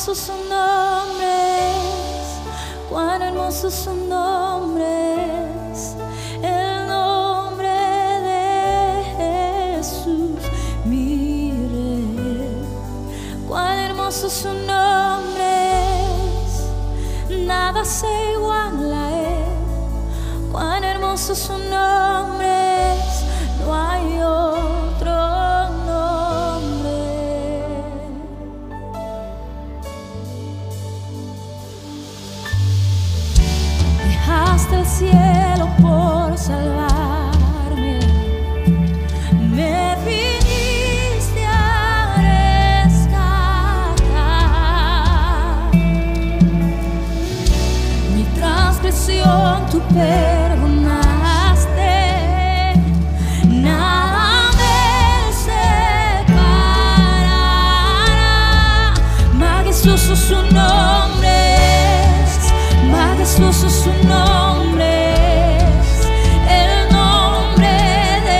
hermosos son nombres, cuán hermosos son nombres, el nombre de Jesús, mi Rey. Cuán hermosos son nombres, nada se iguala a Él. Cuán hermosos son nombres, no hay otro nombre. Dejaste el cielo por salvarme, me viniste a rescatar. Mi transgresión tú perdonaste, nada me separará. Majestuoso su nombre, majestuoso su nombre, el nombre de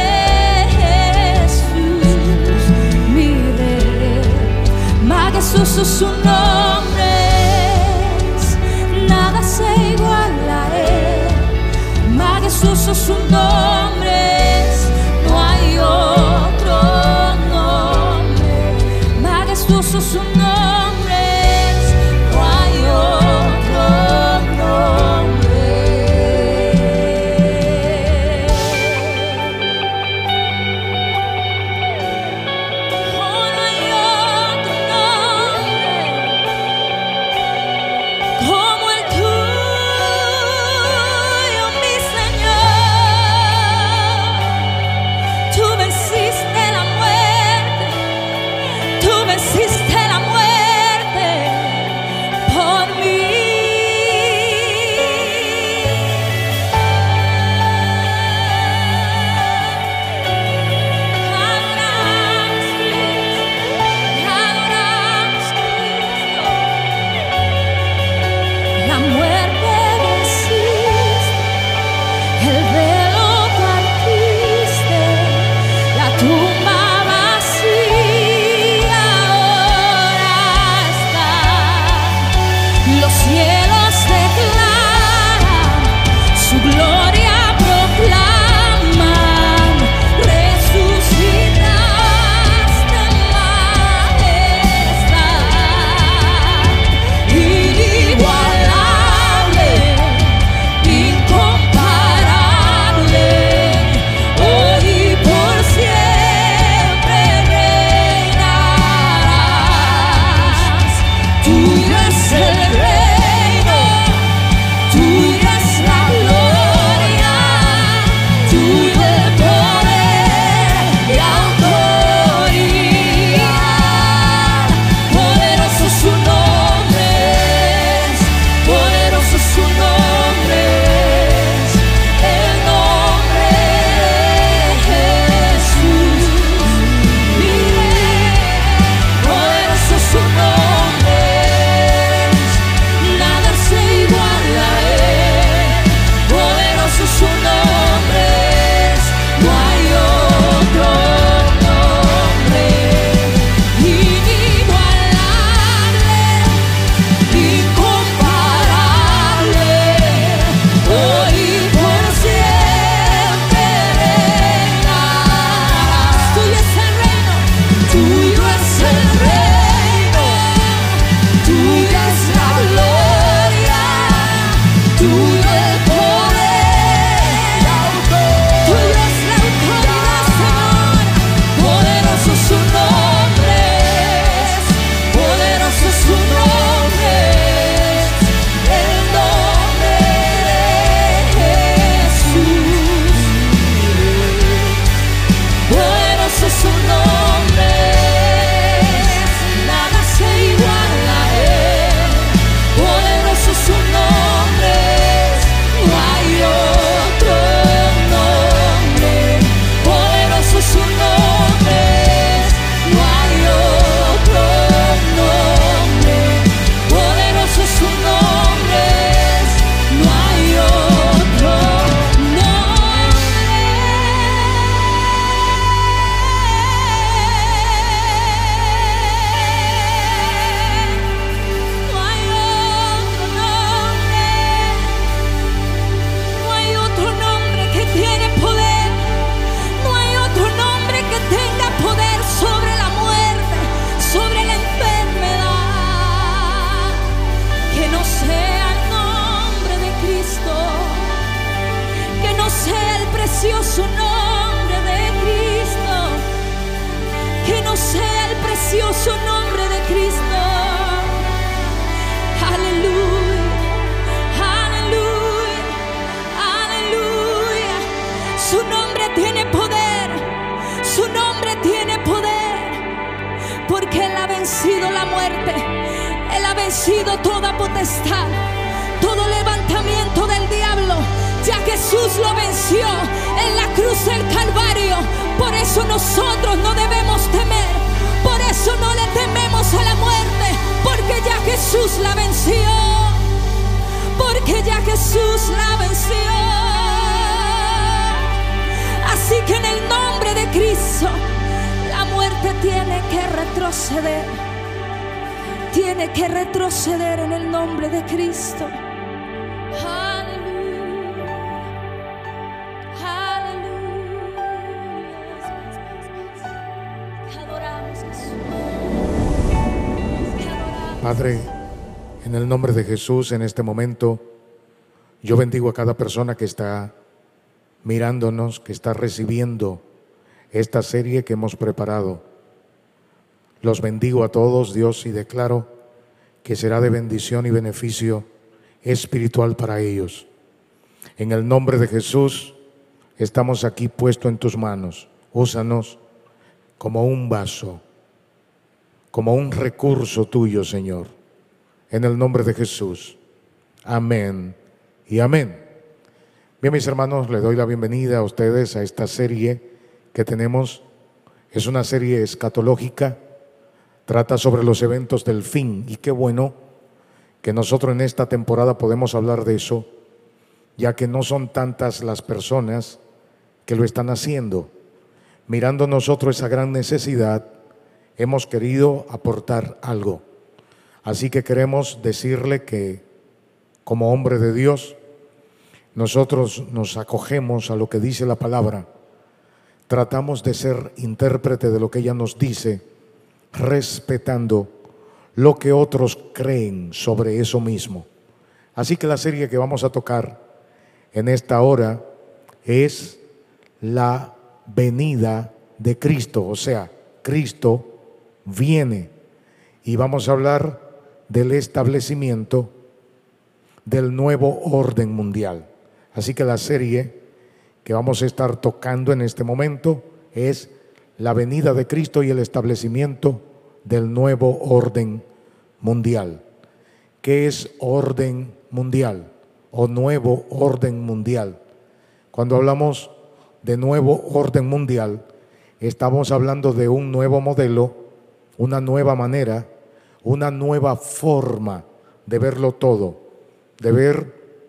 Jesús, mi Rey. Majestuoso su nombre, nada se iguala a Él. Majestuoso su nombre, no hay otro nombre. Majestuoso su nombre. Bendito sea el precioso nombre de Cristo. Aleluya, aleluya, aleluya. Su nombre tiene poder, su nombre tiene poder, porque Él ha vencido la muerte, Él ha vencido toda potestad, todo levantamiento del diablo. Ya Jesús lo venció en la cruz del Calvario. Por eso nosotros no debemos temer, por eso no le tememos a la muerte, porque ya Jesús la venció, porque ya Jesús la venció. Así que en el nombre de Cristo, la muerte tiene que retroceder, tiene que retroceder en el nombre de Cristo. Padre, en el nombre de Jesús, en este momento, yo bendigo a cada persona que está mirándonos, que está recibiendo esta serie que hemos preparado. Los bendigo a todos, Dios, y declaro que será de bendición y beneficio espiritual para ellos. En el nombre de Jesús, estamos aquí puestos en tus manos. Úsanos como un vaso, como un recurso tuyo, Señor, en el nombre de Jesús. Amén y amén. Bien, mis hermanos, les doy la bienvenida a ustedes a esta serie que tenemos. Es una serie escatológica, trata sobre los eventos del fin, y qué bueno que nosotros en esta temporada podemos hablar de eso, ya que no son tantas las personas que lo están haciendo. Mirando nosotros esa gran necesidad, hemos querido aportar algo. Así que queremos decirle que como hombre de Dios, nosotros nos acogemos a lo que dice la palabra. Tratamos de ser intérprete de lo que ella nos dice, respetando lo que otros creen sobre eso mismo. Así que la serie que vamos a tocar en esta hora es la venida de Cristo, o sea, Cristo viene, y vamos a hablar del establecimiento del nuevo orden mundial. Así que la serie que vamos a estar tocando en este momento es la venida de Cristo y el establecimiento del nuevo orden mundial. ¿Qué es orden mundial o nuevo orden mundial? Cuando hablamos de nuevo orden mundial, estamos hablando de un nuevo modelo, una nueva manera, una nueva forma de verlo todo, de ver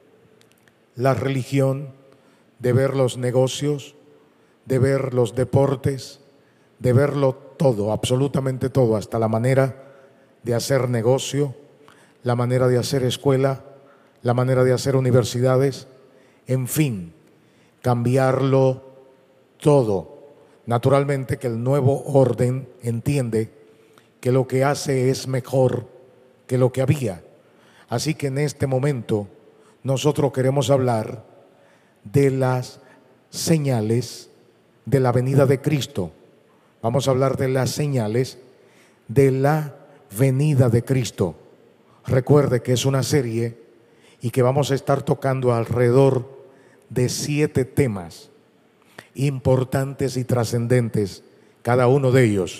la religión, de ver los negocios, de ver los deportes, de verlo todo, absolutamente todo, hasta la manera de hacer negocio, la manera de hacer escuela, la manera de hacer universidades, en fin, cambiarlo todo. Naturalmente que el nuevo orden entiende que lo que hace es mejor que lo que había. Así que en este momento nosotros queremos hablar de las señales de la venida de Cristo. Vamos a hablar de las señales de la venida de Cristo. Recuerde que es una serie y que vamos a estar tocando alrededor de 7 temas importantes y trascendentes, cada uno de ellos.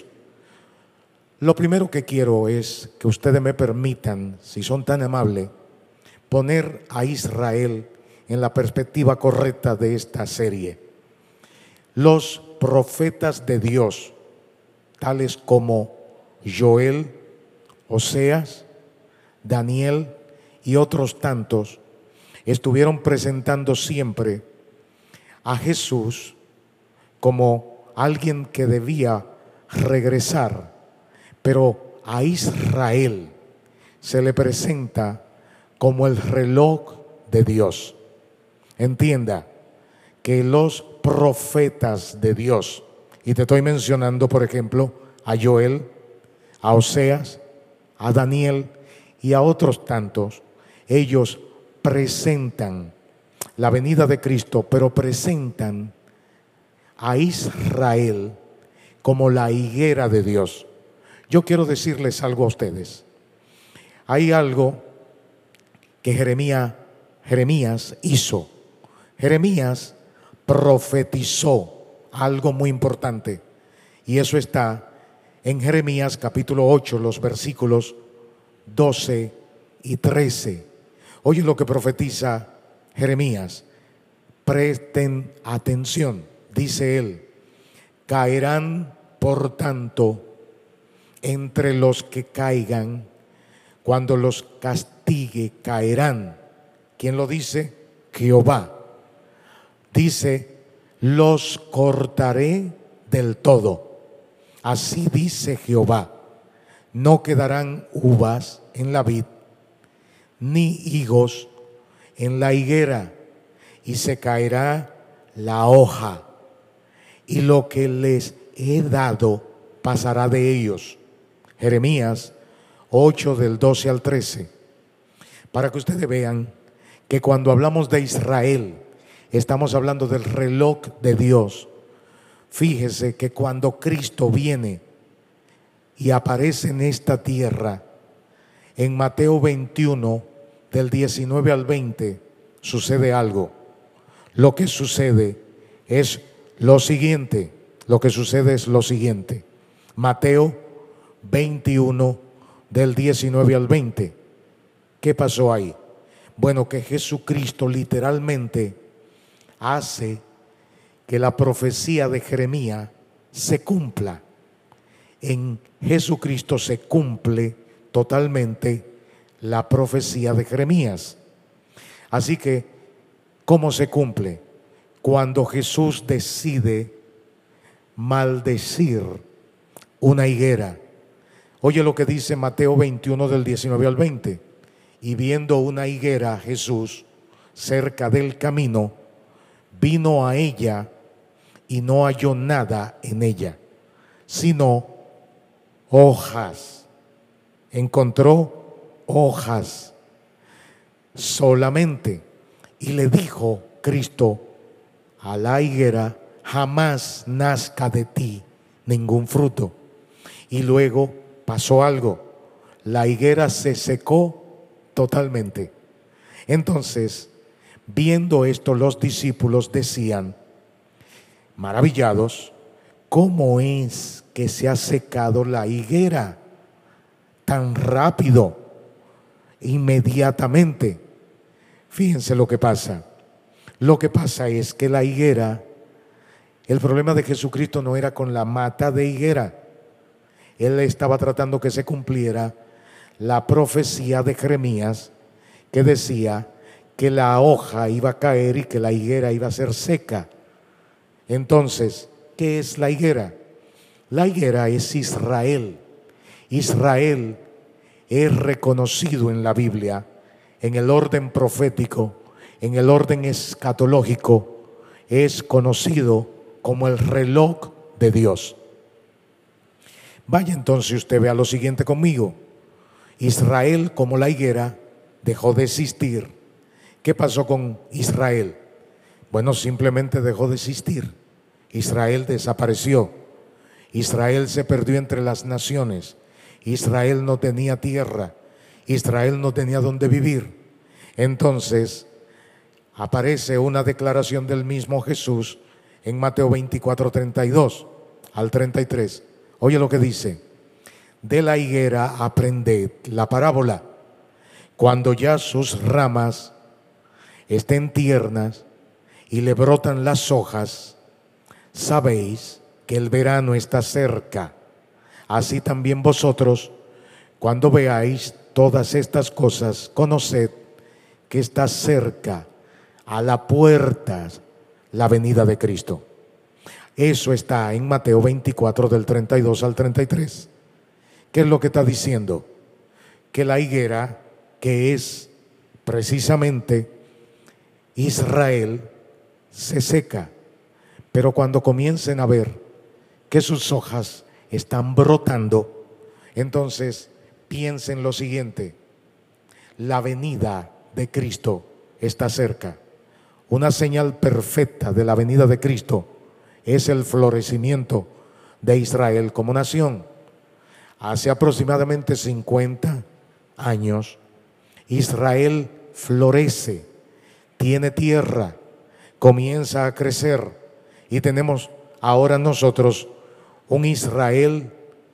Lo primero que quiero es que ustedes me permitan, si son tan amables, poner a Israel en la perspectiva correcta de esta serie. Los profetas de Dios, tales como Joel, Oseas, Daniel y otros tantos, estuvieron presentando siempre a Jesús como alguien que debía regresar. Pero a Israel se le presenta como el reloj de Dios. Entienda que los profetas de Dios, y te estoy mencionando, por ejemplo, a Joel, a Oseas, a Daniel y a otros tantos, ellos presentan la venida de Cristo, pero presentan a Israel como la higuera de Dios. Yo quiero decirles algo a ustedes. Hay algo que Jeremías hizo. Jeremías profetizó algo muy importante, y eso está en Jeremías capítulo 8, los versículos 12 y 13. Oye lo que profetiza Jeremías. Presten atención. Dice él: caerán por tanto entre los que caigan, cuando los castigue caerán. ¿Quién lo dice? Jehová. Dice: los cortaré del todo. Así dice Jehová: no quedarán uvas en la vid, ni higos en la higuera, y se caerá la hoja, y lo que les he dado pasará de ellos. Jeremías 8 del 12 al 13. Para que ustedes vean que cuando hablamos de Israel, estamos hablando del reloj de Dios. Fíjese que cuando Cristo viene y aparece en esta tierra, en Mateo 21, del 19 al 20, sucede algo. Lo que sucede es lo siguiente. Mateo 21, del 19 al 20. ¿Qué pasó ahí? Bueno, que Jesucristo literalmente hace que la profecía de Jeremías se cumpla. En Jesucristo se cumple totalmente la profecía de Jeremías. Así que, ¿cómo se cumple? Cuando Jesús decide maldecir una higuera. Oye lo que dice Mateo 21 del 19 al 20. Y viendo una higuera, Jesús, cerca del camino, vino a ella y no halló nada en ella, sino hojas. Encontró hojas solamente. Y le dijo Cristo a la higuera: jamás nazca de ti ningún fruto. Y luego pasó algo. La higuera se secó totalmente. Entonces, viendo esto, los discípulos decían, maravillados: ¿cómo es que se ha secado la higuera tan rápido, inmediatamente? Fíjense lo que pasa. Lo que pasa es que la higuera, el problema de Jesucristo no era con la mata de higuera. Él estaba tratando que se cumpliera la profecía de Jeremías, que decía que la hoja iba a caer y que la higuera iba a ser seca. Entonces, ¿qué es la higuera? La higuera es Israel. Israel es reconocido en la Biblia, en el orden profético, en el orden escatológico, es conocido como el reloj de Dios. Vaya entonces usted, vea lo siguiente conmigo. Israel, como la higuera, dejó de existir. ¿Qué pasó con Israel? Bueno, simplemente dejó de existir. Israel desapareció. Israel se perdió entre las naciones. Israel no tenía tierra. Israel no tenía dónde vivir. Entonces aparece una declaración del mismo Jesús en Mateo 24, 32 al 33. Oye lo que dice: de la higuera aprended la parábola. Cuando ya sus ramas estén tiernas y le brotan las hojas, sabéis que el verano está cerca. Así también vosotros, cuando veáis todas estas cosas, conoced que está cerca, a la puerta, la venida de Cristo. Eso está en Mateo 24 del 32 al 33. ¿Qué es lo que está diciendo? Que la higuera, que es precisamente Israel, se seca. Pero cuando comiencen a ver que sus hojas están brotando, entonces piensen lo siguiente: la venida de Cristo está cerca. Una señal perfecta de la venida de Cristo es el florecimiento de Israel como nación. Hace aproximadamente 50 años, Israel florece, tiene tierra, comienza a crecer y tenemos ahora nosotros un Israel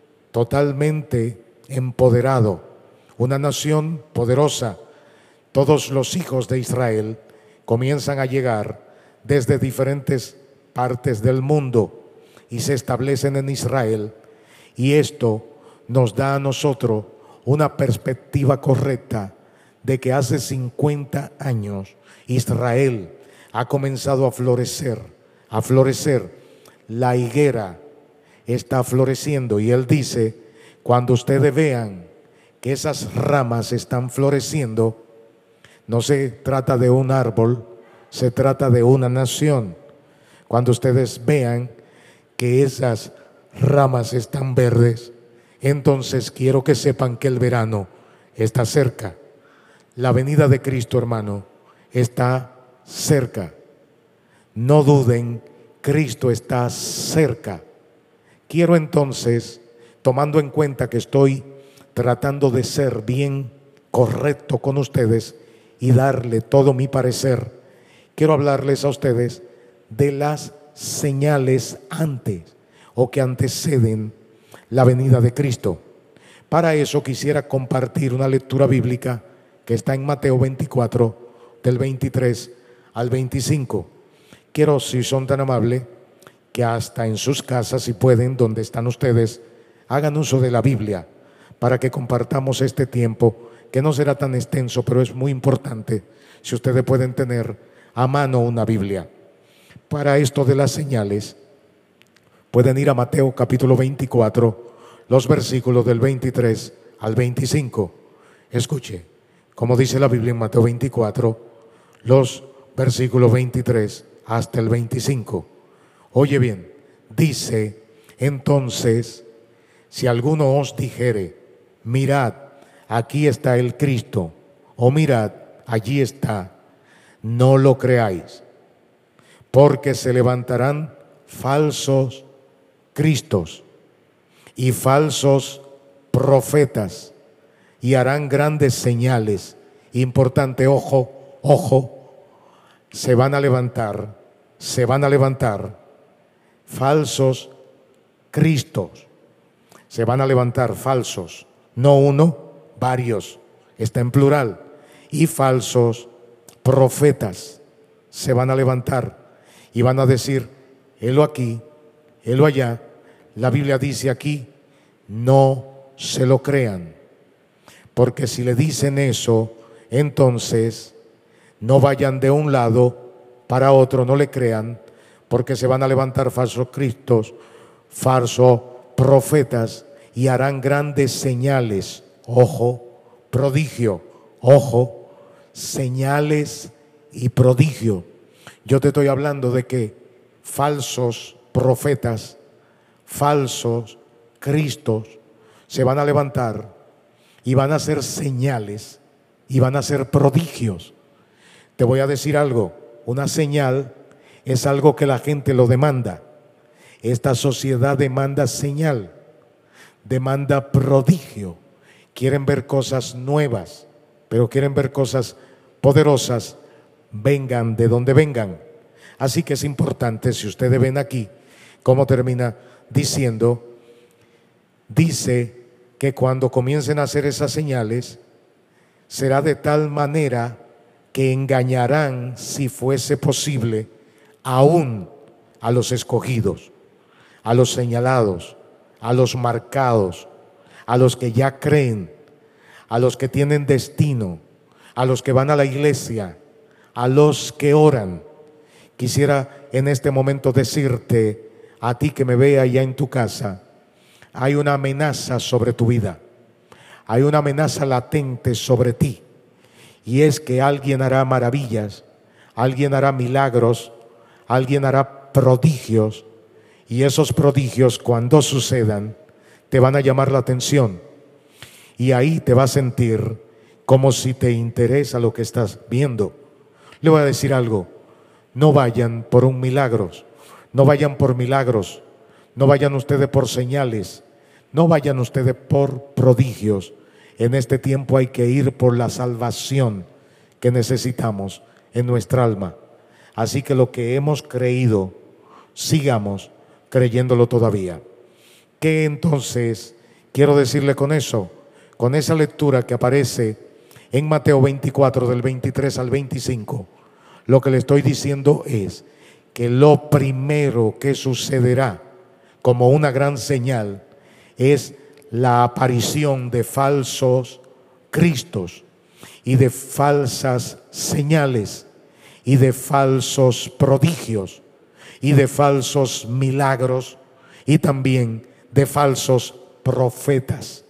totalmente empoderado, una nación poderosa. Todos los hijos de Israel comienzan a llegar desde diferentes partes del mundo y se establecen en Israel, y esto nos da a nosotros una perspectiva correcta de que hace 50 años Israel ha comenzado a florecer, a florecer. La higuera está floreciendo, y él dice: cuando ustedes vean que esas ramas están floreciendo, no se trata de un árbol, se trata de una nación. Cuando ustedes vean que esas ramas están verdes, entonces quiero que sepan que el verano está cerca. La venida de Cristo, hermano, está cerca. No duden, Cristo está cerca. Quiero entonces, tomando en cuenta que estoy tratando de ser bien correcto con ustedes y darle todo mi parecer, quiero hablarles a ustedes de las señales antes o que anteceden la venida de Cristo. Para eso quisiera compartir una lectura bíblica que está en Mateo 24, del 23 al 25. Quiero, si son tan amables, que hasta en sus casas, si pueden, donde están ustedes, hagan uso de la Biblia para que compartamos este tiempo, que no será tan extenso, pero es muy importante si ustedes pueden tener a mano una Biblia. Para esto de las señales, pueden ir a Mateo capítulo 24, los versículos del 23 al 25. Escuche, como dice la Biblia en Mateo 24, los versículos 23 hasta el 25. Oye bien, dice: entonces, si alguno os dijere, mirad, aquí está el Cristo, o mirad, allí está, no lo creáis, porque se levantarán falsos cristos y falsos profetas, y harán grandes señales. Importante, ojo, ojo, se van a levantar falsos cristos, se van a levantar falsos, no uno, varios, está en plural, y falsos profetas se van a levantar y van a decir: helo aquí, helo allá. La Biblia dice aquí: no se lo crean, porque si le dicen eso, entonces no vayan de un lado para otro, no le crean, porque se van a levantar falsos cristos, falsos profetas, y harán grandes señales. Ojo, prodigio, ojo, señales y prodigio. Yo te estoy hablando de que falsos profetas, falsos cristos se van a levantar y van a hacer señales y van a hacer prodigios. Te voy a decir algo: una señal es algo que la gente lo demanda. Esta sociedad demanda señal, demanda prodigio. Quieren ver cosas nuevas, pero quieren ver cosas poderosas, vengan de donde vengan. Así que es importante, si ustedes ven aquí cómo termina diciendo, dice que cuando comiencen a hacer esas señales, será de tal manera que engañarán, si fuese posible, aún a los escogidos, a los señalados, a los marcados, a los que ya creen, a los que tienen destino, a los que van a la iglesia, a los que oran. Quisiera en este momento decirte, a ti que me ve allá en tu casa, hay una amenaza sobre tu vida, hay una amenaza latente sobre ti, y es que alguien hará maravillas, alguien hará milagros, alguien hará prodigios, y esos prodigios, cuando sucedan, te van a llamar la atención, y ahí te vas a sentir como si te interesa lo que estás viendo. Le voy a decir algo: no vayan por un milagro, no vayan por milagros, No vayan ustedes por señales, no vayan ustedes por prodigios. En este tiempo hay que ir por la salvación que necesitamos en nuestra alma. Así que lo que hemos creído, sigamos creyéndolo todavía. ¿Qué entonces quiero decirle con eso? Con esa lectura que aparece en Mateo 24, del 23 al 25, lo que le estoy diciendo es que lo primero que sucederá como una gran señal es la aparición de falsos cristos y de falsas señales y de falsos prodigios y de falsos milagros y también de falsos profetas.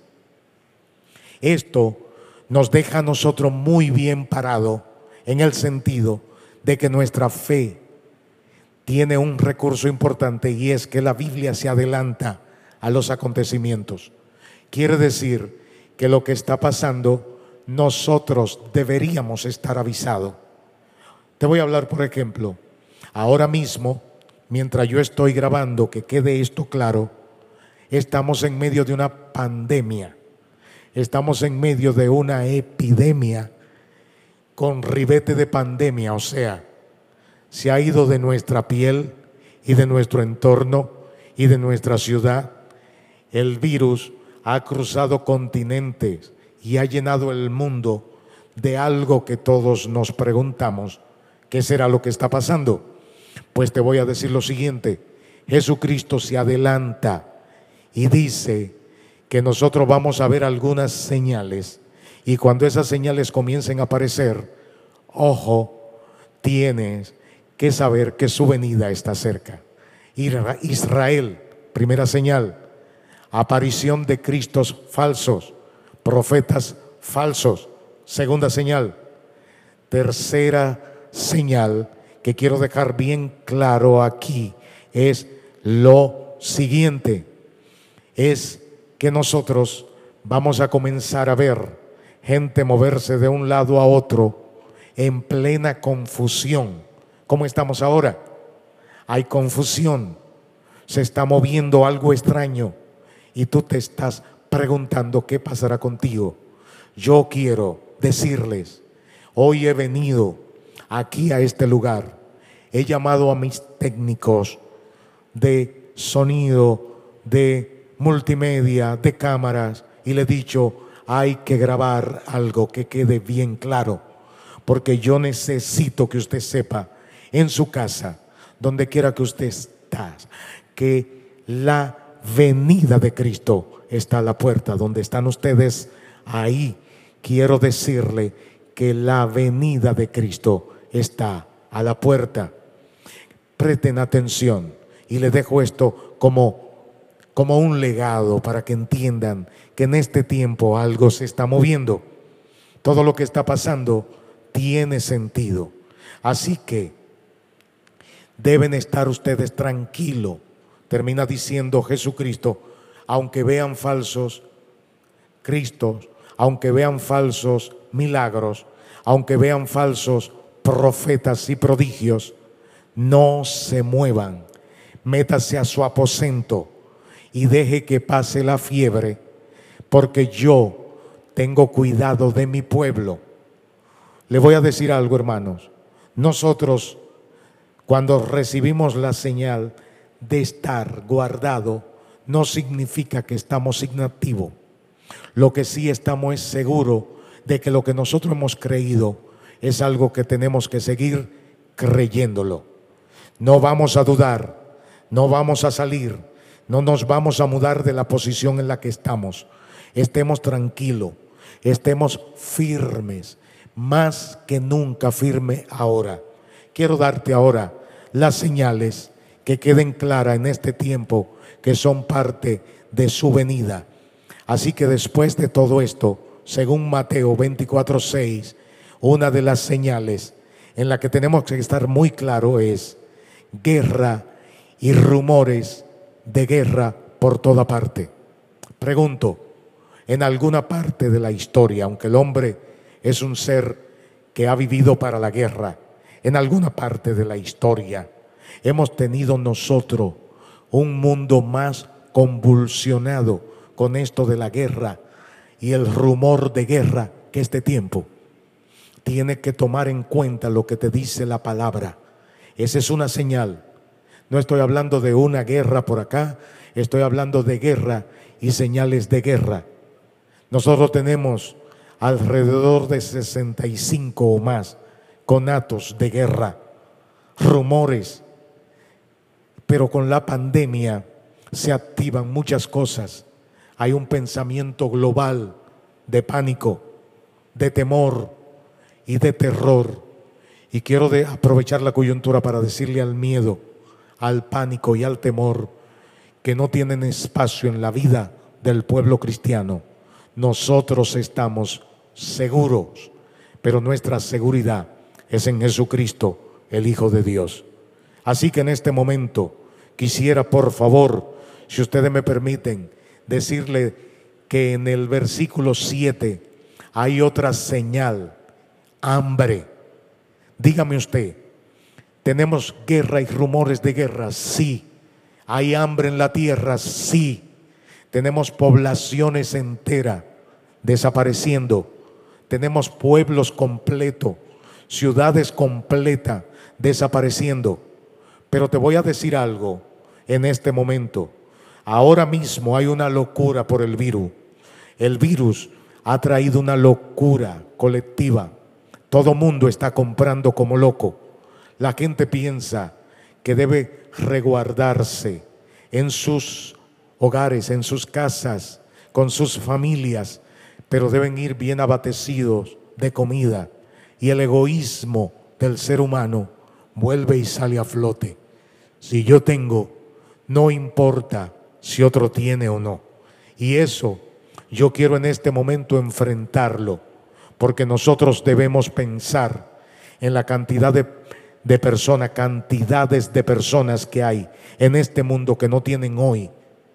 Esto nos deja a nosotros muy bien parado en el sentido de que nuestra fe tiene un recurso importante, y es que la Biblia se adelanta a los acontecimientos. Quiere decir que lo que está pasando, nosotros deberíamos estar avisados. Te voy a hablar, por ejemplo, ahora mismo, mientras yo estoy grabando, que quede esto claro, estamos en medio de una pandemia, estamos en medio de una epidemia con ribete de pandemia, o sea, se ha ido de nuestra piel y de nuestro entorno y de nuestra ciudad. El virus ha cruzado continentes y ha llenado el mundo de algo que todos nos preguntamos: ¿qué será lo que está pasando? Pues te voy a decir lo siguiente: Jesucristo se adelanta y dice que nosotros vamos a ver algunas señales, y cuando esas señales comiencen a aparecer, ojo, tienes que saber que su venida está cerca. Israel, primera señal: aparición de cristos falsos, profetas falsos. Segunda señal. Tercera señal que quiero dejar bien claro aquí es lo siguiente: es que nosotros vamos a comenzar a ver gente moverse de un lado a otro en plena confusión. ¿Cómo estamos ahora? Hay confusión, se está moviendo algo extraño y tú te estás preguntando qué pasará contigo. Yo quiero decirles, hoy he venido aquí a este lugar, he llamado a mis técnicos de sonido, de multimedia, de cámaras, y le he dicho: hay que grabar algo que quede bien claro, porque yo necesito que usted sepa, en su casa, donde quiera que usted está, que la venida de Cristo está a la puerta. Donde están ustedes, ahí quiero decirle que la venida de Cristo está a la puerta. Presten atención, y les dejo esto como un legado para que entiendan que en este tiempo algo se está moviendo. Todo lo que está pasando tiene sentido. Así que deben estar ustedes tranquilos. Termina diciendo Jesucristo: aunque vean falsos cristos, aunque vean falsos milagros, aunque vean falsos profetas y prodigios, no se muevan. Métase a su aposento y deje que pase la fiebre, porque yo tengo cuidado de mi pueblo. Le voy a decir algo, hermanos. Nosotros, cuando recibimos la señal de estar guardado, no significa que estamos inactivos. Lo que sí estamos es seguros de que lo que nosotros hemos creído es algo que tenemos que seguir creyéndolo. No vamos a dudar, no vamos a salir, no nos vamos a mudar de la posición en la que estamos. Estemos tranquilos, estemos firmes, más que nunca firme ahora. Quiero darte ahora las señales que queden claras en este tiempo, que son parte de su venida. Así que después de todo esto, según Mateo 24:6, una de las señales en la que tenemos que estar muy claro es guerra y rumores de guerra por toda parte. Pregunto, en alguna parte de la historia, aunque el hombre es un ser que ha vivido para la guerra, en alguna parte de la historia hemos tenido nosotros un mundo más convulsionado con esto de la guerra y el rumor de guerra que este tiempo. Tiene que tomar en cuenta lo que te dice la palabra. Esa es una señal. No estoy hablando de una guerra por acá, estoy hablando de guerra y señales de guerra. Nosotros tenemos alrededor de 65 o más conatos de guerra, rumores, pero con la pandemia se activan muchas cosas. Hay un pensamiento global de pánico, de temor y de terror. Y quiero aprovechar la coyuntura para decirle al miedo, al pánico y al temor que no tienen espacio en la vida del pueblo cristiano. Nosotros estamos seguros, pero nuestra seguridad es en Jesucristo, el Hijo de Dios. Así que en este momento quisiera, por favor, si ustedes me permiten, decirle que en el versículo 7 hay otra señal: hambre. Dígame usted, ¿tenemos guerra y rumores de guerra? Sí. ¿Hay hambre en la tierra? Sí. Tenemos poblaciones enteras desapareciendo. Tenemos pueblos completos, ciudades completas desapareciendo. Pero te voy a decir algo en este momento. Ahora mismo hay una locura por el virus. El virus ha traído una locura colectiva. Todo mundo está comprando como loco. La gente piensa que debe resguardarse en sus hogares, en sus casas, con sus familias, pero deben ir bien abastecidos de comida. Y el egoísmo del ser humano vuelve y sale a flote. Si yo tengo, no importa si otro tiene o no. Y eso yo quiero en este momento enfrentarlo, porque nosotros debemos pensar en la cantidad de personas, cantidades de personas que hay en este mundo que no tienen hoy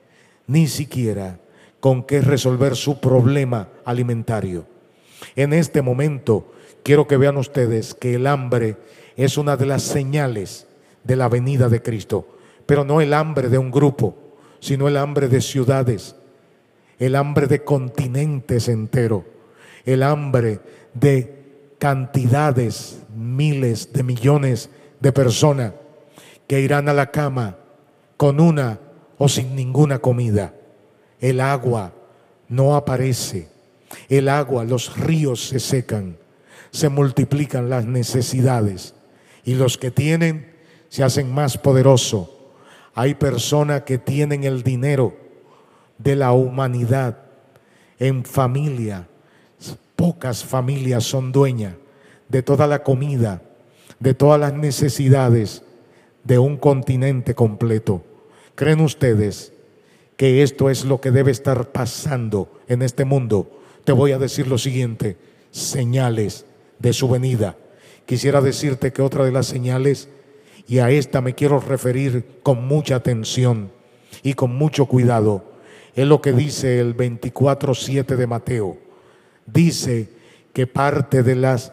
ni siquiera con qué resolver su problema alimentario. En este momento quiero que vean ustedes que el hambre es una de las señales de la venida de Cristo, pero no el hambre de un grupo, sino el hambre de ciudades, el hambre de continentes enteros, el hambre de cantidades, miles de millones de personas que irán a la cama con una o sin ninguna comida. El agua no aparece, el agua, los ríos se secan, se multiplican las necesidades y los que tienen se hacen más poderosos. Hay personas que tienen el dinero de la humanidad en familia. Pocas familias son dueñas de toda la comida, de todas las necesidades de un continente completo. ¿Creen ustedes que esto es lo que debe estar pasando en este mundo? Te voy a decir lo siguiente: señales de su venida. Quisiera decirte que otra de las señales, y a esta me quiero referir con mucha atención y con mucho cuidado, es lo que dice el 24:7 de Mateo. Dice que parte de las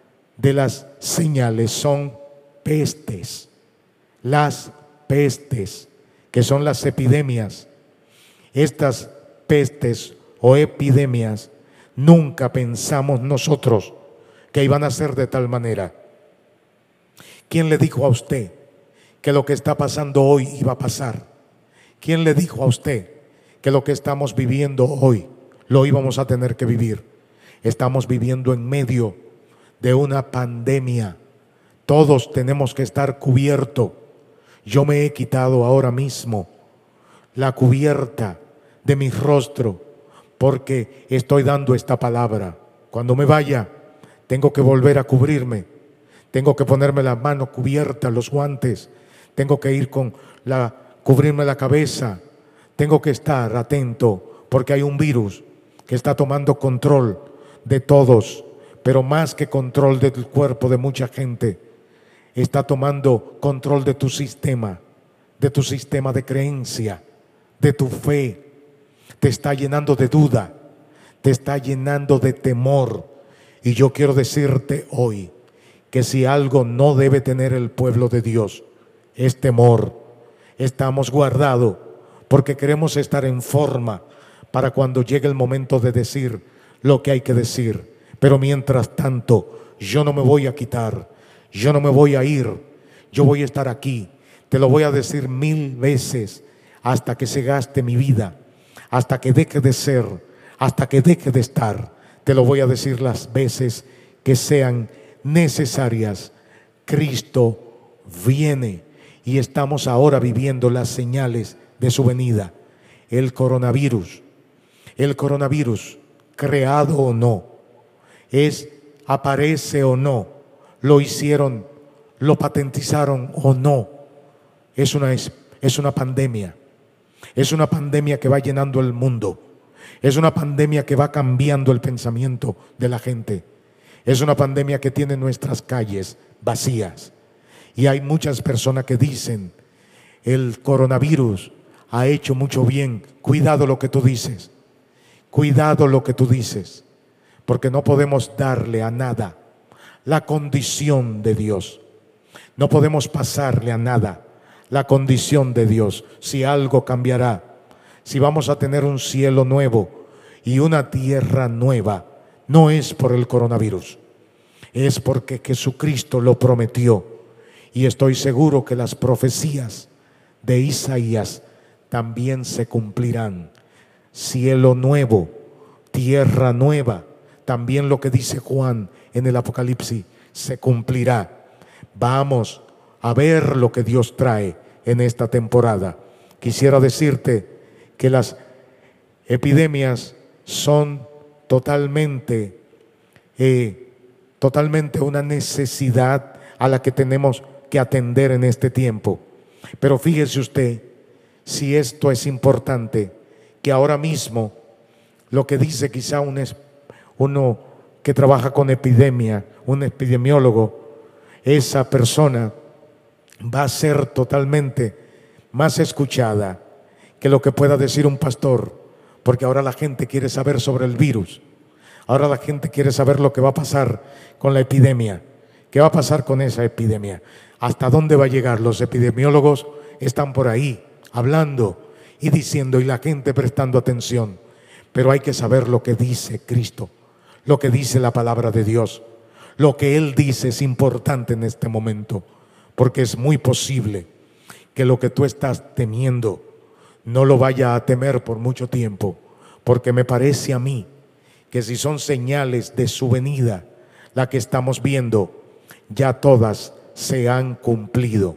señales son pestes. Las pestes, que son las epidemias. Estas pestes o epidemias nunca pensamos nosotros que iban a ser de tal manera. ¿Quién le dijo a usted que lo que está pasando hoy iba a pasar? ¿Quién le dijo a usted que lo que estamos viviendo hoy lo íbamos a tener que vivir? Estamos viviendo en medio de una pandemia. Todos tenemos que estar cubiertos. Yo me he quitado ahora mismo la cubierta de mi rostro porque estoy dando esta palabra. Cuando me vaya, tengo que volver a cubrirme. Tengo que ponerme las manos cubiertas, los guantes. Tengo que ir cubrirme la cabeza. Tengo que estar atento porque hay un virus que está tomando control de todos, pero más que control del cuerpo de mucha gente, está tomando control de tu sistema de creencia, de tu fe. Te está llenando de duda, te está llenando de temor. Y yo quiero decirte hoy que si algo no debe tener el pueblo de Dios, es temor, estamos guardados porque queremos estar en forma para cuando llegue el momento de decir lo que hay que decir. Pero mientras tanto, yo no me voy a quitar, yo no me voy a ir, yo voy a estar aquí. Te lo voy a decir 1000 veces hasta que se gaste mi vida, hasta que deje de ser, hasta que deje de estar. Te lo voy a decir las veces que sean necesarias. Cristo viene y estamos ahora viviendo las señales de su venida. El coronavirus, creado o no, aparece o no, lo hicieron, lo patentizaron o no, es una pandemia. Es una pandemia que va llenando el mundo. Es una pandemia que va cambiando el pensamiento de la gente. Es una pandemia que tiene nuestras calles vacías. Y hay muchas personas que dicen, el coronavirus ha hecho mucho bien. Cuidado lo que tú dices. Cuidado lo que tú dices. Porque no podemos darle a nada la condición de Dios. No podemos pasarle a nada la condición de Dios. Si algo cambiará, si vamos a tener un cielo nuevo y una tierra nueva, no es por el coronavirus, es porque Jesucristo lo prometió. Y estoy seguro que las profecías de Isaías también se cumplirán. Cielo nuevo, tierra nueva, también lo que dice Juan en el Apocalipsis se cumplirá. Vamos a ver lo que Dios trae en esta temporada. Quisiera decirte que las epidemias son totalmente una necesidad a la que tenemos que atender en este tiempo. Pero fíjese usted, si esto es importante, que ahora mismo lo que dice quizá uno que trabaja con epidemia, un epidemiólogo, esa persona va a ser totalmente más escuchada que lo que pueda decir un pastor, porque ahora la gente quiere saber sobre el virus. Ahora la gente quiere saber lo que va a pasar con la epidemia. ¿Qué va a pasar con esa epidemia? ¿Hasta dónde va a llegar? Los epidemiólogos están por ahí hablando y diciendo, y la gente prestando atención. Pero hay que saber lo que dice Cristo, lo que dice la palabra de Dios. Lo que Él dice es importante en este momento, porque es muy posible que lo que tú estás temiendo no lo vaya a temer por mucho tiempo, porque me parece a mí que si son señales de su venida, la que estamos viendo, ya todas se han cumplido.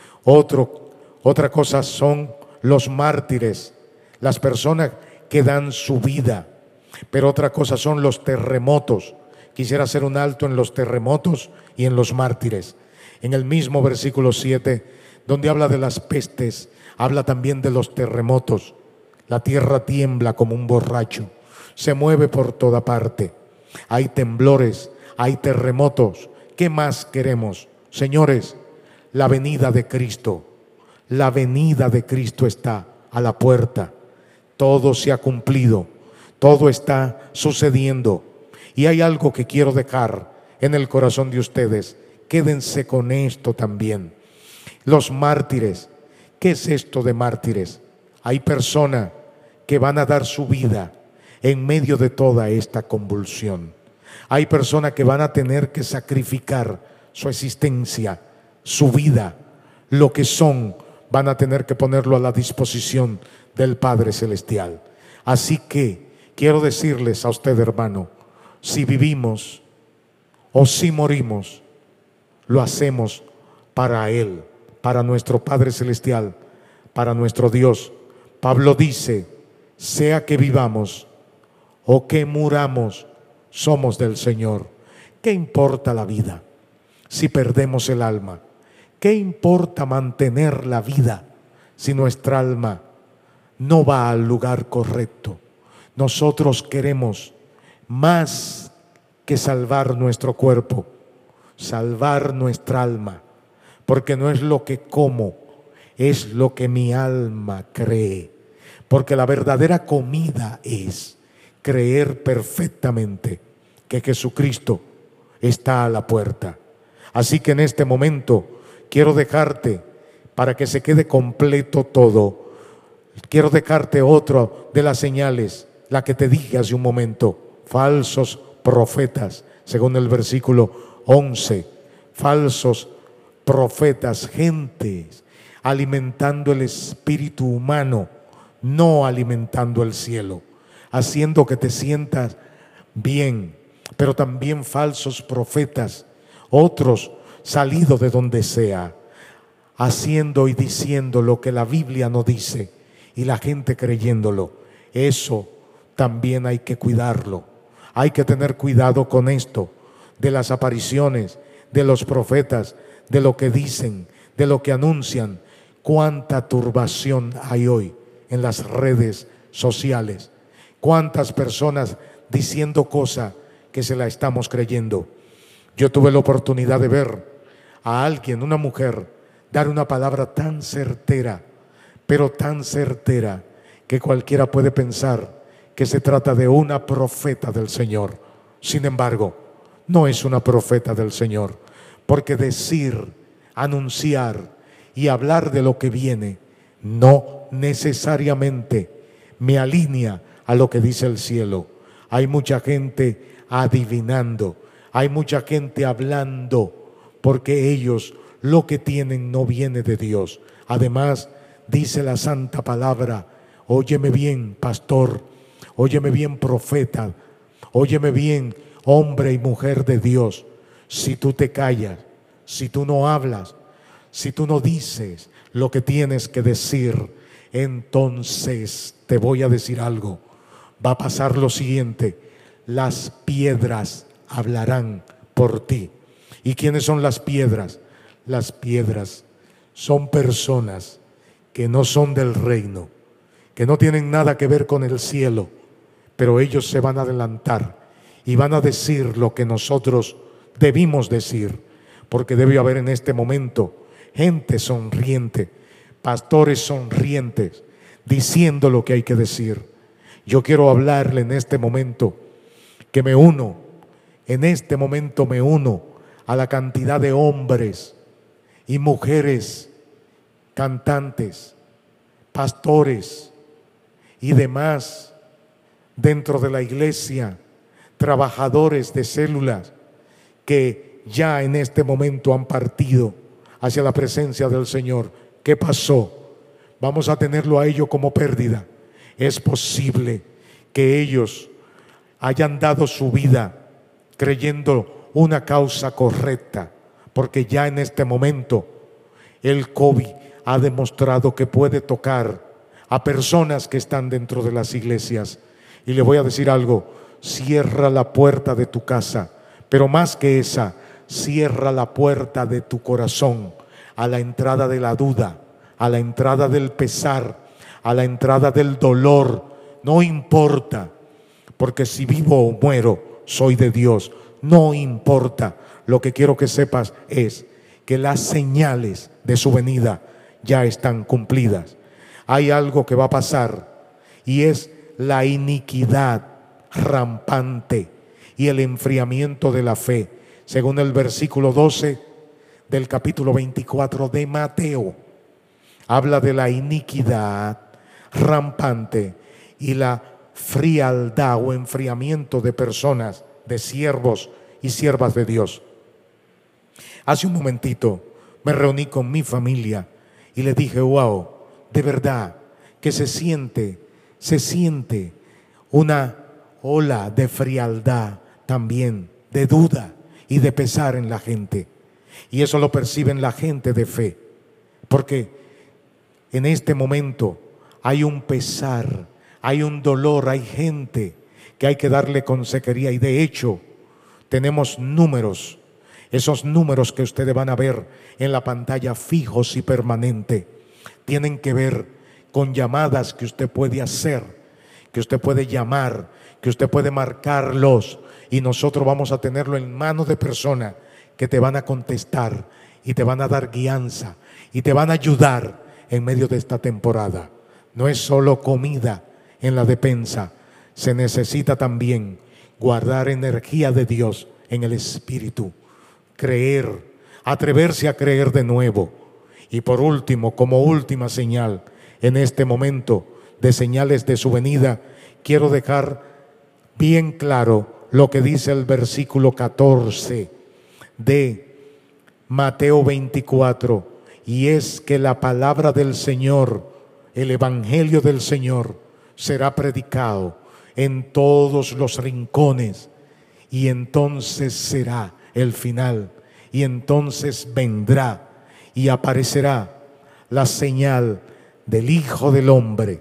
Otra cosa son los mártires, las personas que dan su vida, pero otra cosa son los terremotos. Quisiera hacer un alto en los terremotos y en los mártires. En el mismo versículo 7, donde habla de las pestes, habla también de los terremotos. La tierra tiembla como un borracho, se mueve por toda parte. Hay temblores, hay terremotos. ¿Qué más queremos? Señores, la venida de Cristo. La venida de Cristo está a la puerta. Todo se ha cumplido, todo está sucediendo. Y hay algo que quiero dejar en el corazón de ustedes. Quédense con esto también. Los mártires. ¿Qué es esto de mártires? Hay personas que van a dar su vida en medio de toda esta convulsión. Hay personas que van a tener que sacrificar su existencia, su vida, lo que son, van a tener que ponerlo a la disposición del Padre Celestial. Así que quiero decirles a usted, hermano, si vivimos o si morimos, lo hacemos para Él, para nuestro Padre Celestial, para nuestro Dios. Pablo dice, sea que vivamos o que muramos, somos del Señor. ¿Qué importa la vida si perdemos el alma? ¿Qué importa mantener la vida si nuestra alma no va al lugar correcto? Nosotros queremos más que salvar nuestro cuerpo, salvar nuestra alma, porque no es lo que como, es lo que mi alma cree. Porque la verdadera comida es creer perfectamente que Jesucristo está a la puerta. Así que en este momento quiero dejarte para que se quede completo todo. Quiero dejarte otro de las señales, la que te dije hace un momento: falsos profetas, según el versículo 11, falsos profetas, gentes alimentando el espíritu humano, no alimentando el cielo, haciendo que te sientas bien, pero también falsos profetas, otros salidos de donde sea, haciendo y diciendo lo que la Biblia no dice y la gente creyéndolo. Eso también hay que cuidarlo. Hay que tener cuidado con esto, de las apariciones, de los profetas, de lo que dicen, de lo que anuncian. Cuánta turbación hay hoy en las redes sociales. Cuántas personas diciendo cosas que se la estamos creyendo. Yo tuve la oportunidad de ver a alguien, una mujer, dar una palabra tan certera, pero tan certera, que cualquiera puede pensar que se trata de una profeta del Señor. Sin embargo, no es una profeta del Señor, porque decir, anunciar y hablar de lo que viene no necesariamente me alinea a lo que dice el cielo. Hay mucha gente adivinando, hay mucha gente hablando, porque ellos lo que tienen no viene de Dios. Además, dice la santa palabra: óyeme bien, pastor, óyeme bien, profeta, óyeme bien, hombre y mujer de Dios. Si tú te callas, si tú no hablas, si tú no dices lo que tienes que decir, entonces te voy a decir algo. Va a pasar lo siguiente: las piedras hablarán por ti. ¿Y quiénes son las piedras? Las piedras son personas que no son del reino, que no tienen nada que ver con el cielo, pero ellos se van a adelantar y van a decir lo que nosotros debimos decir, porque debe haber en este momento gente sonriente, pastores sonrientes, diciendo lo que hay que decir. Yo quiero hablarle en este momento que me uno, en este momento me uno a la cantidad de hombres y mujeres, cantantes, pastores y demás dentro de la iglesia, trabajadores de células, que ya en este momento han partido hacia la presencia del Señor. ¿Qué pasó? Vamos a tenerlo a ello como pérdida. Es posible que ellos hayan dado su vida creyendo una causa correcta, porque ya en este momento el COVID ha demostrado que puede tocar a personas que están dentro de las iglesias. Y le voy a decir algo: cierra la puerta de tu casa, pero más que esa, cierra la puerta de tu corazón a la entrada de la duda, a la entrada del pesar, a la entrada del dolor. No importa, porque si vivo o muero, soy de Dios. No importa. Lo que quiero que sepas es que las señales de su venida ya están cumplidas. Hay algo que va a pasar, y es la iniquidad rampante y el enfriamiento de la fe, según el versículo 12 del capítulo 24 de Mateo. Habla de la iniquidad rampante y la frialdad o enfriamiento de personas, de siervos y siervas de Dios. Hace un momentito me reuní con mi familia y le dije: wow, de verdad que se siente una ola de frialdad también, de duda y de pesar en la gente. Y eso lo perciben la gente de fe, porque en este momento hay un pesar, hay un dolor, hay gente que hay que darle consejería. Y de hecho tenemos números, esos números que ustedes van a ver en la pantalla fijos y permanente, tienen que ver con llamadas que usted puede hacer, que usted puede llamar, que usted puede marcarlos, y nosotros vamos a tenerlo en manos de personas que te van a contestar y te van a dar guianza y te van a ayudar en medio de esta temporada. No es solo comida en la despensa, se necesita también guardar energía de Dios en el espíritu, creer, atreverse a creer de nuevo Y por último, como última señal, en este momento de señales de su venida, quiero dejar bien claro lo que dice el versículo 14 de Mateo 24, y es que la palabra del Señor, el evangelio del Señor, será predicado en todos los rincones, y entonces será el final, y entonces vendrá y aparecerá la señal del Hijo del Hombre.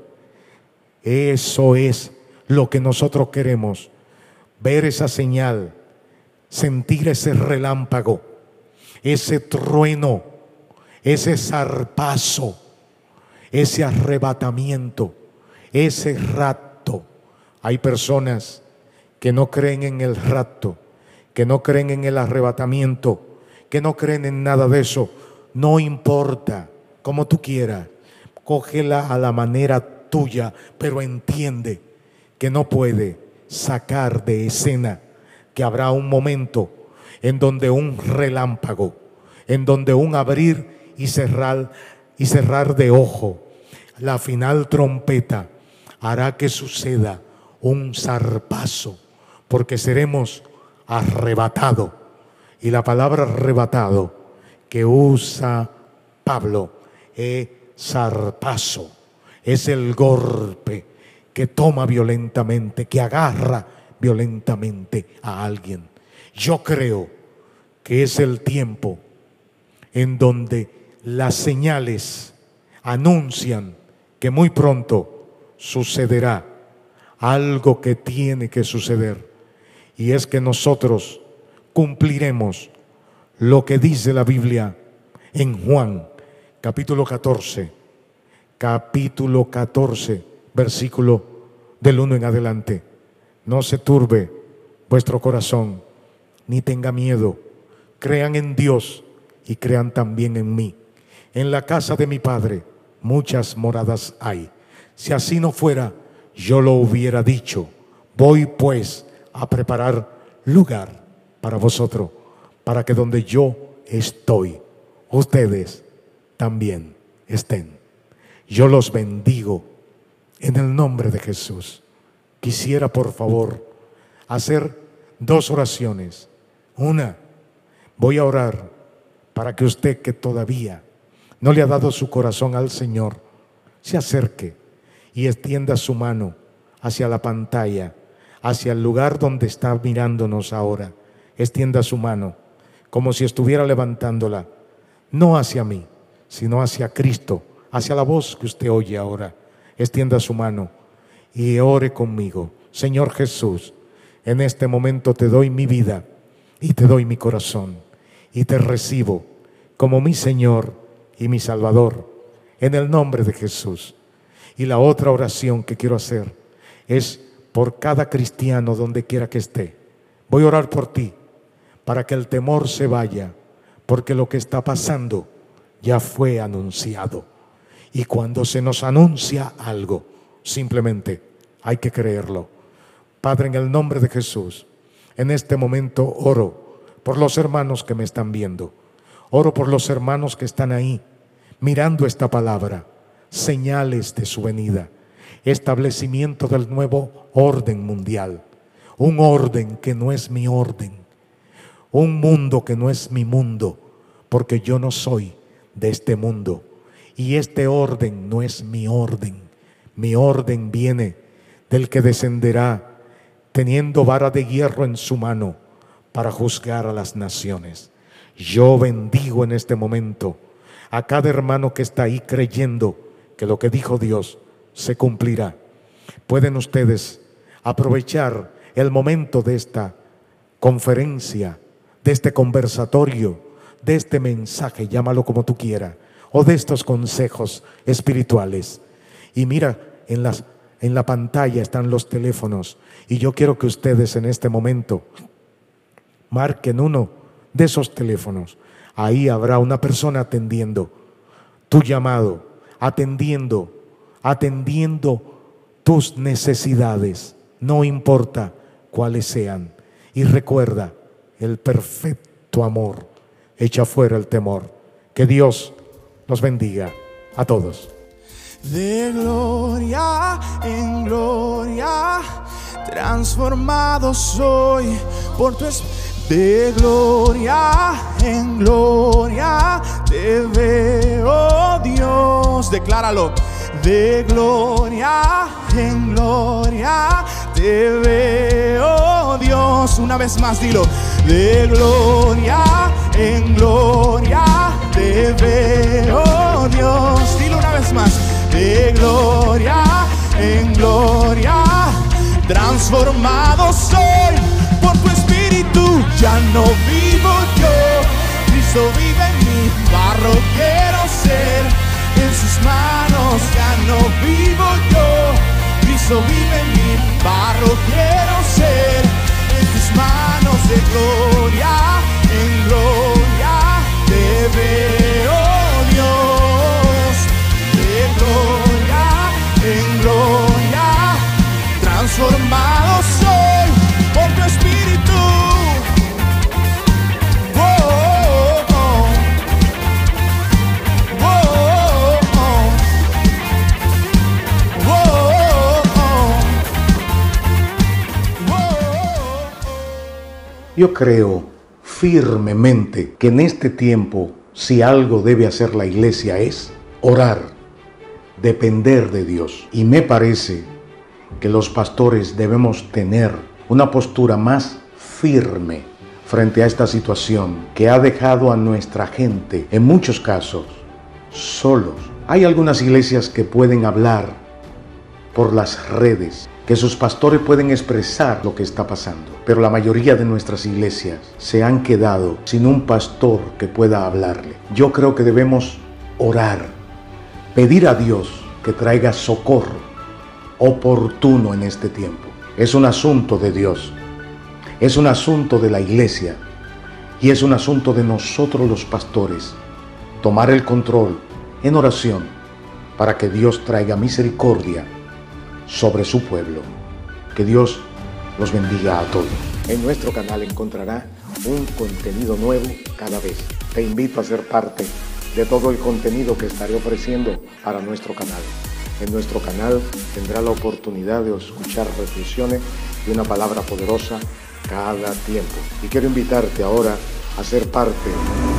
Eso es lo que nosotros queremos, ver esa señal, sentir ese relámpago, ese trueno, ese zarpazo, ese arrebatamiento, ese rapto. Hay personas que no creen en el rapto, que no creen en el arrebatamiento, que no creen en nada de eso. No importa, como tú quieras, cógela a la manera tuya, pero entiende que no puede sacar de escena que habrá un momento en donde un relámpago, en donde un abrir y cerrar de ojo, la final trompeta hará que suceda un zarpazo, porque seremos arrebatados. Y la palabra arrebatado que usa Pablo es zarpazo, es el golpe que toma violentamente, que agarra violentamente a alguien. Yo creo que es el tiempo en donde las señales anuncian que muy pronto sucederá algo que tiene que suceder, y es que nosotros cumpliremos lo que dice la Biblia en Juan capítulo 14, versículo del 1 en adelante. No se turbe vuestro corazón, ni tenga miedo. Crean en Dios y crean también en mí. En la casa de mi Padre muchas moradas hay. Si así no fuera, yo lo hubiera dicho. Voy pues a preparar lugar para vosotros, para que donde yo estoy, ustedes también estén. Yo los bendigo en el nombre de Jesús. Quisiera, por favor, hacer dos oraciones. Una, voy a orar para que usted, que todavía no le ha dado su corazón al Señor, se acerque y extienda su mano hacia la pantalla, hacia el lugar donde está mirándonos ahora. Extienda su mano como si estuviera levantándola, no hacia mí, sino hacia Cristo, hacia la voz que usted oye ahora. Extienda su mano y ore conmigo. Señor Jesús, en este momento te doy mi vida y te doy mi corazón y te recibo como mi Señor y mi Salvador, en el nombre de Jesús. Y la otra oración que quiero hacer es por cada cristiano donde quiera que esté. Voy a orar por ti para que el temor se vaya, porque lo que está pasando ya fue anunciado. Y cuando se nos anuncia algo, simplemente hay que creerlo. Padre, en el nombre de Jesús, en este momento oro por los hermanos que me están viendo. Oro por los hermanos que están ahí mirando esta palabra, señales de su venida, establecimiento del nuevo orden mundial, un orden que no es mi orden, un mundo que no es mi mundo, porque yo no soy de este mundo, y este orden no es mi orden. Mi orden viene del que descenderá teniendo vara de hierro en su mano para juzgar a las naciones. Yo bendigo en este momento a cada hermano que está ahí creyendo que lo que dijo Dios se cumplirá. Pueden ustedes aprovechar el momento de esta conferencia, de este conversatorio, de este mensaje, llámalo como tú quieras, o de estos consejos espirituales. Y mira, en la pantalla están los teléfonos, y yo quiero que ustedes en este momento marquen uno de esos teléfonos. Ahí habrá una persona atendiendo tu llamado, atendiendo tus necesidades, no importa cuáles sean. Y recuerda, el perfecto amor echa fuera el temor. Que Dios los bendiga a todos. De gloria en gloria, transformado soy por tu espíritu. De gloria en gloria, te veo, Dios. Decláralo. De gloria en gloria, te veo, Dios. Una vez más, dilo. De gloria en gloria, te veo, Dios. Dilo una vez más. De gloria en gloria, transformado soy por tu espíritu. Ya no vivo yo, Cristo vive en mí. Barro quiero ser, en sus manos. Ya no vivo yo, Cristo vive en mí. Barro quiero ser, en tus manos. De gloria en gloria, te veo, Dios. De gloria en gloria, transformado soy por tu espíritu. Yo creo firmemente que en este tiempo, si algo debe hacer la iglesia es orar, depender de Dios. Y me parece que los pastores debemos tener una postura más firme frente a esta situación que ha dejado a nuestra gente, en muchos casos, solos. Hay algunas iglesias que pueden hablar por las redes, que sus pastores pueden expresar lo que está pasando, pero la mayoría de nuestras iglesias se han quedado sin un pastor que pueda hablarle. Yo creo que debemos orar, pedir a Dios que traiga socorro oportuno en este tiempo. Es un asunto de Dios, es un asunto de la iglesia y es un asunto de nosotros los pastores, tomar el control en oración para que Dios traiga misericordia sobre su pueblo. Que Dios los bendiga a todos. En nuestro canal encontrará un contenido nuevo cada vez. Te invito a ser parte de todo el contenido que estaré ofreciendo para nuestro canal. En nuestro canal tendrá la oportunidad de escuchar reflexiones y una palabra poderosa cada tiempo. Y quiero invitarte ahora a ser parte